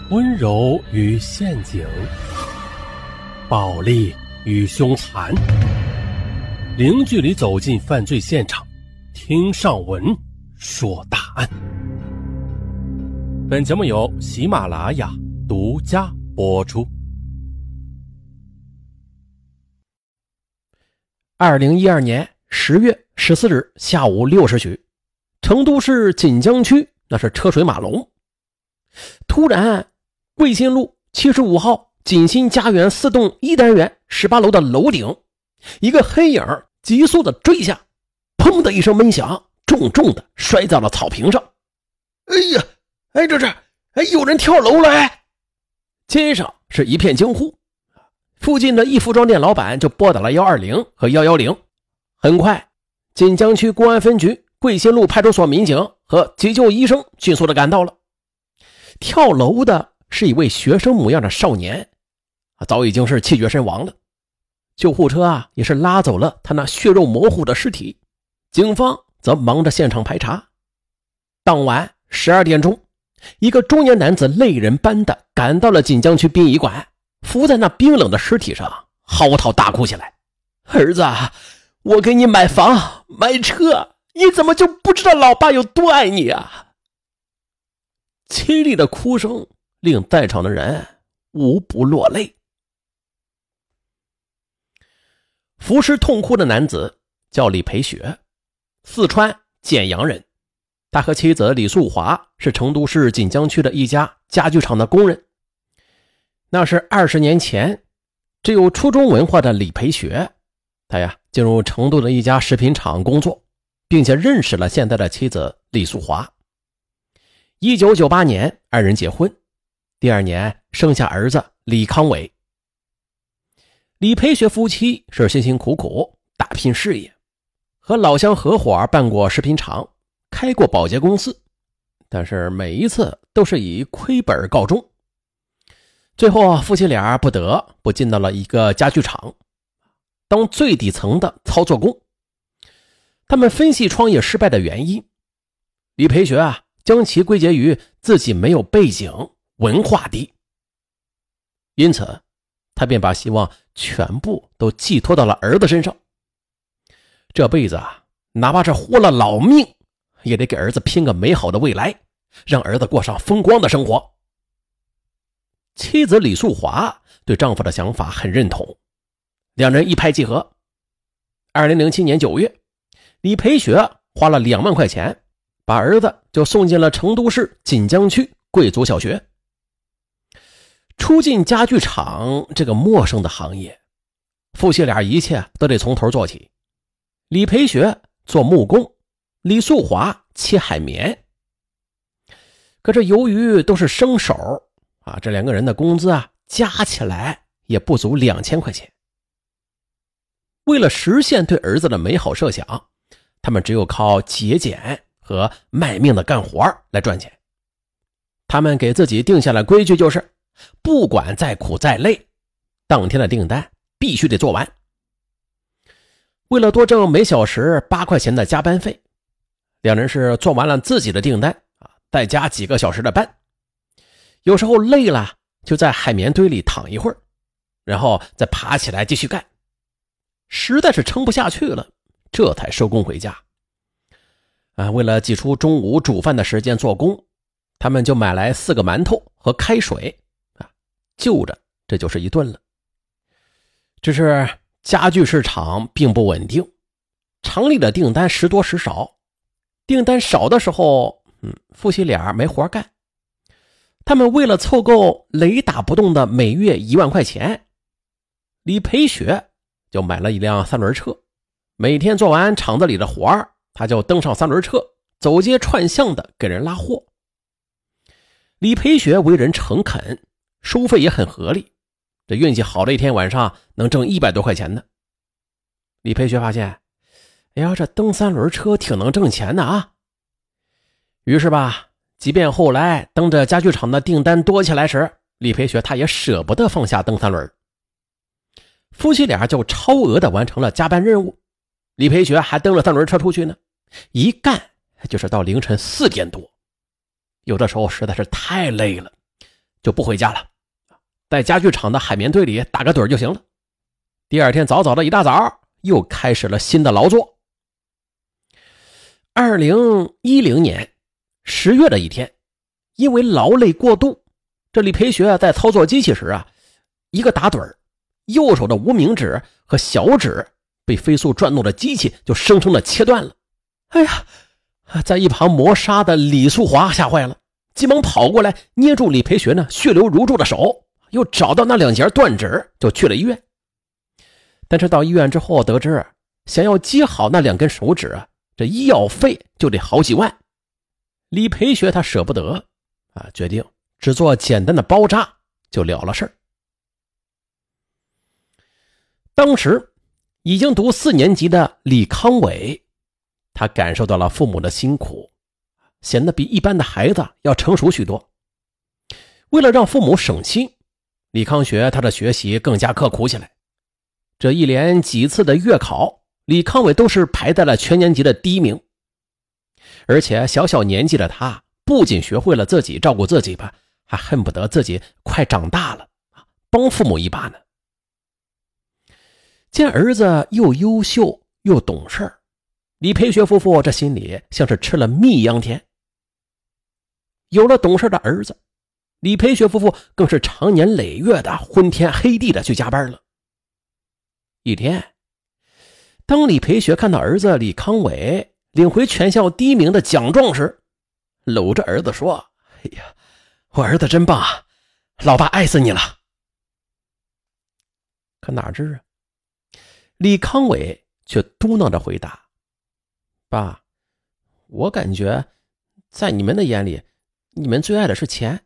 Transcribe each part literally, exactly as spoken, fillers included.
温柔与陷阱，暴力与凶残，零距离走进犯罪现场，听上文说大案。本节目由喜马拉雅独家播出。 二零一二年十月十四日下午六时许，成都市锦江区那是车水马龙，突然贵新路七十五号锦新家园四栋一单元十八楼的楼顶，一个黑影急速的坠下，砰的一声闷响，重重的摔在了草坪上。哎呀，哎这这，哎有人跳楼了哎！街上是一片惊呼，附近的一服装店老板就拨打了一二零和一一零。很快，锦江区公安分局贵新路派出所民警和急救医生迅速的赶到了。跳楼的是一位学生模样的少年，早已经是气绝身亡了。救护车啊也是拉走了他那血肉模糊的尸体，警方则忙着现场排查。当晚十二点钟，一个中年男子泪人般的赶到了锦江区殡仪馆，伏在那冰冷的尸体上嚎啕大哭起来。儿子，我给你买房买车，你怎么就不知道老爸有多爱你啊？凄厉的哭声令在场的人无不落泪。伏尸痛哭的男子叫李培雪，四川简阳人。他和妻子李素华是成都市锦江区的一家家具厂的工人。那是二十年前，只有初中文化的李培雪，他呀进入成都的一家食品厂工作，并且认识了现在的妻子李素华。一九九八年二人结婚，第二年生下儿子李康伟。李培雪夫妻是辛辛苦苦打拼事业，和老乡合伙办过食品厂，开过保洁公司，但是每一次都是以亏本告终。最后夫妻俩不得不进到了一个家具厂，当最底层的操作工。他们分析创业失败的原因，李培雪啊将其归结于自己没有背景，文化低。因此他便把希望全部都寄托到了儿子身上。这辈子啊，哪怕是活了老命，也得给儿子拼个美好的未来，让儿子过上风光的生活。妻子李素华对丈夫的想法很认同，两人一拍即合。二零零七年九月，李培雪花了两万块钱，把儿子就送进了成都市锦江区贵族小学。初进家具厂这个陌生的行业，夫妻俩一切都得从头做起。李培雪做木工，李素华切海绵。可是由于都是生手啊，这两个人的工资啊加起来也不足两千块钱。为了实现对儿子的美好设想，他们只有靠节俭和卖命的干活来赚钱。他们给自己定下了规矩，就是不管再苦再累，当天的订单必须得做完。为了多挣每小时八块钱的加班费，两人是做完了自己的订单啊，再加几个小时的班。有时候累了，就在海绵堆里躺一会儿，然后再爬起来继续干。实在是撑不下去了，这才收工回家。啊，为了挤出中午煮饭的时间做工，他们就买来四个馒头和开水啊，就着这就是一顿了。只是家具市场并不稳定，厂里的订单时多时少，订单少的时候，嗯，夫妻俩没活干。他们为了凑够雷打不动的每月一万块钱，李培雪就买了一辆三轮车，每天做完厂子里的活儿，他就登上三轮车，走街串巷的给人拉货。李培雪为人诚恳，收费也很合理，这运气好的一天晚上能挣一百多块钱呢。李培雪发现，哎呀，这蹬三轮车挺能挣钱的啊。于是吧，即便后来蹬着家具厂的订单多起来时，李培雪他也舍不得放下蹬三轮。夫妻俩就超额的完成了加班任务，李培雪还蹬了三轮车出去呢，一干就是到凌晨四点多。有的时候实在是太累了， 就不回家了，在家具厂的海绵堆里打个盹就行了。第二天早早的一大早，又开始了新的劳作。二零一零年十月的一天，因为劳累过度，这李培学在操作机器时啊，一个打盹儿，右手的无名指和小指被飞速转动的机器就生生的切断了。哎呀，在一旁磨砂的李素华吓坏了，急忙跑过来捏住李培学呢血流如注的手，又找到那两节断指就去了医院。但是到医院之后得知，想要接好那两根手指啊，这医药费就得好几万。李培学他舍不得啊，决定只做简单的包扎就了了事儿。当时已经读四年级的李康伟，他感受到了父母的辛苦，显得比一般的孩子要成熟许多。为了让父母省心，李康学他的学习更加刻苦起来。这一连几次的月考，李康伟都是排在了全年级的第一名。而且小小年纪的他，不仅学会了自己照顾自己吧，还恨不得自己快长大了，帮父母一把呢。见儿子又优秀又懂事，李培学夫妇这心里像是吃了蜜一样甜。有了懂事的儿子，李培学夫妇更是长年累月的昏天黑地的去加班了。一天，当李培学看到儿子李康伟领回全校第一名的奖状时，搂着儿子说：“哎呀，我儿子真棒啊，老爸爱死你了。”可哪知啊，李康伟却嘟囔着回答：“爸，我感觉在你们的眼里，你们最爱的是钱。”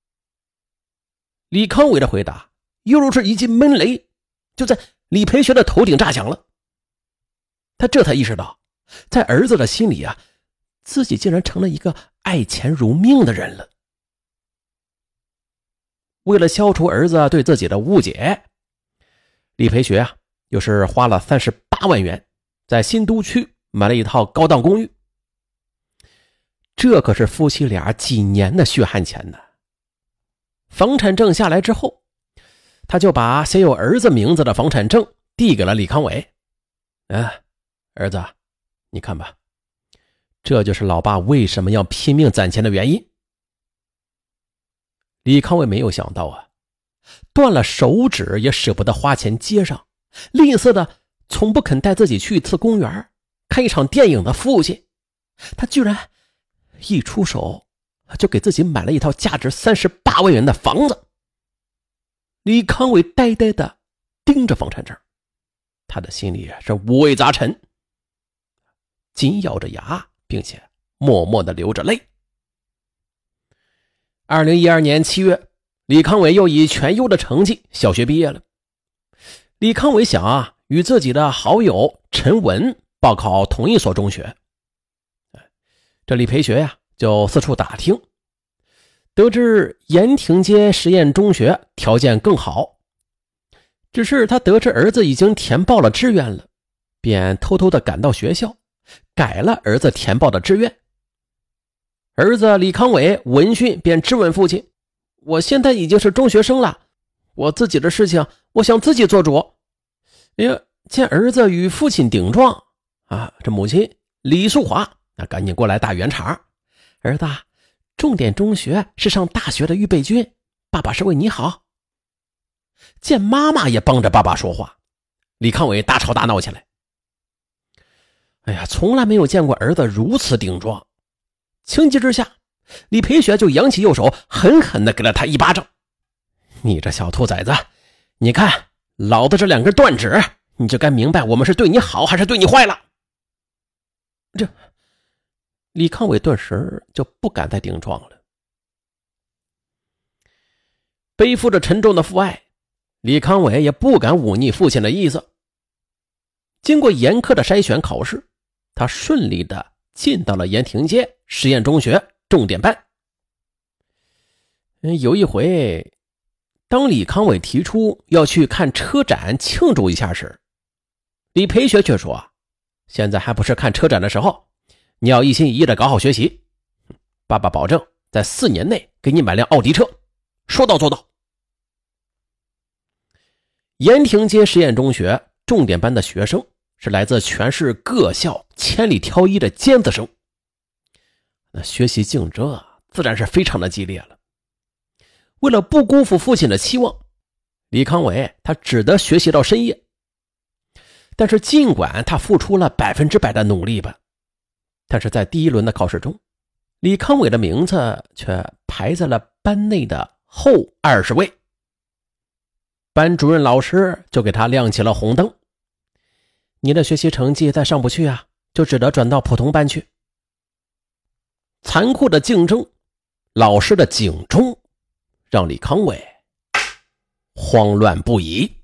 李康伟的回答犹如是一记闷雷，就在李培学的头顶炸响了。他这才意识到，在儿子的心里啊，自己竟然成了一个爱钱如命的人了。为了消除儿子对自己的误解，李培学啊，又是花了三十八万元，在新都区买了一套高档公寓。这可是夫妻俩几年的血汗钱呢。房产证下来之后，他就把写有儿子名字的房产证递给了李康伟。哎，儿子，你看吧，这就是老爸为什么要拼命攒钱的原因。李康伟没有想到啊，断了手指也舍不得花钱接上，吝啬的从不肯带自己去一次公园看一场电影的父亲，他居然一出手就给自己买了一套价值三十八万元的房子。李康伟呆呆的盯着房产证，他的心里是五味杂陈，紧咬着牙，并且默默的流着泪。二零一二年七月，李康伟又以全优的成绩小学毕业了。李康伟想啊，与自己的好友陈文报考同一所中学。这李培学呀，就四处打听，得知延亭街实验中学条件更好。只是他得知儿子已经填报了志愿了，便偷偷的赶到学校，改了儿子填报的志愿。儿子李康伟闻讯便质问父亲：“我现在已经是中学生了，我自己的事情我想自己做主。”哎呀，见儿子与父亲顶撞啊，这母亲李素华那赶紧过来打圆场：“儿子，重点中学是上大学的预备军，爸爸是为你好。”见妈妈也帮着爸爸说话，李康伟大吵大闹起来。哎呀，从来没有见过儿子如此顶撞。情急之下，李培学就扬起右手，狠狠地给了他一巴掌：“你这小兔崽子，你看老子这两根断指，你就该明白我们是对你好还是对你坏了。”这李康伟顿时就不敢再顶撞了。背负着沉重的父爱，李康伟也不敢忤逆父亲的意思。经过严苛的筛选考试，他顺利的进到了延亭街实验中学重点班。有一回，当李康伟提出要去看车展庆祝一下时，李培学却说：“现在还不是看车展的时候，你要一心一意的搞好学习，爸爸保证在四年内给你买辆奥迪车， 说到做到。延亭街实验中学重点班的学生是来自全市各校千里挑一的尖子生，那学习竞争啊，自然是非常的激烈了。为了不辜负父亲的期望，李康伟他只得学习到深夜。但是尽管他付出了百分之百的努力吧，但是在第一轮的考试中，李康伟的名字却排在了班内的后二十位。班主任老师就给他亮起了红灯，你的学习成绩再上不去啊，就只得转到普通班去。残酷的竞争，老师的警钟，让李康伟慌乱不已。